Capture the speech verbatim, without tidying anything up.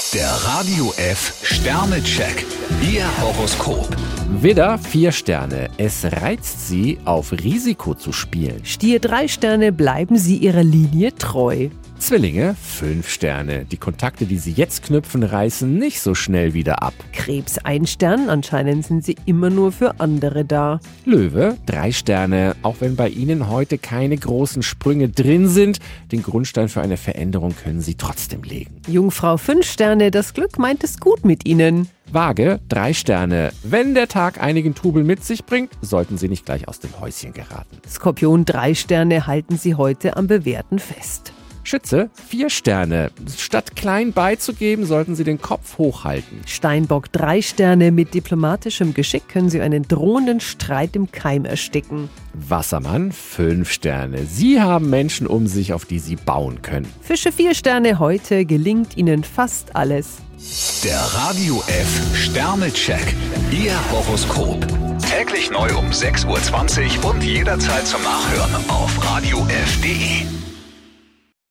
Der Radio F Sternecheck. Ihr Horoskop. Widder, vier Sterne. Es reizt Sie, auf Risiko zu spielen. Stier, drei Sterne, bleiben Sie Ihrer Linie treu. Zwillinge, fünf Sterne. Die Kontakte, die Sie jetzt knüpfen, reißen nicht so schnell wieder ab. Krebs, ein Stern, anscheinend sind Sie immer nur für andere da. Löwe, drei Sterne. Auch wenn bei Ihnen heute keine großen Sprünge drin sind, den Grundstein für eine Veränderung können Sie trotzdem legen. Jungfrau, fünf Sterne, das Glück meint es gut mit Ihnen. Waage, drei Sterne. Wenn der Tag einigen Trubel mit sich bringt, sollten Sie nicht gleich aus dem Häuschen geraten. Skorpion, drei Sterne, halten Sie heute am Bewährten fest. Schütze, vier Sterne. Statt klein beizugeben, sollten Sie den Kopf hochhalten. Steinbock, drei Sterne, mit diplomatischem Geschick können Sie einen drohenden Streit im Keim ersticken. Wassermann, fünf Sterne. Sie haben Menschen um sich, auf die Sie bauen können. Fische, vier Sterne, heute gelingt Ihnen fast alles. Der Radio F Sternecheck. Ihr Horoskop. Täglich neu um sechs Uhr zwanzig und jederzeit zum Nachhören auf radio f punkt de.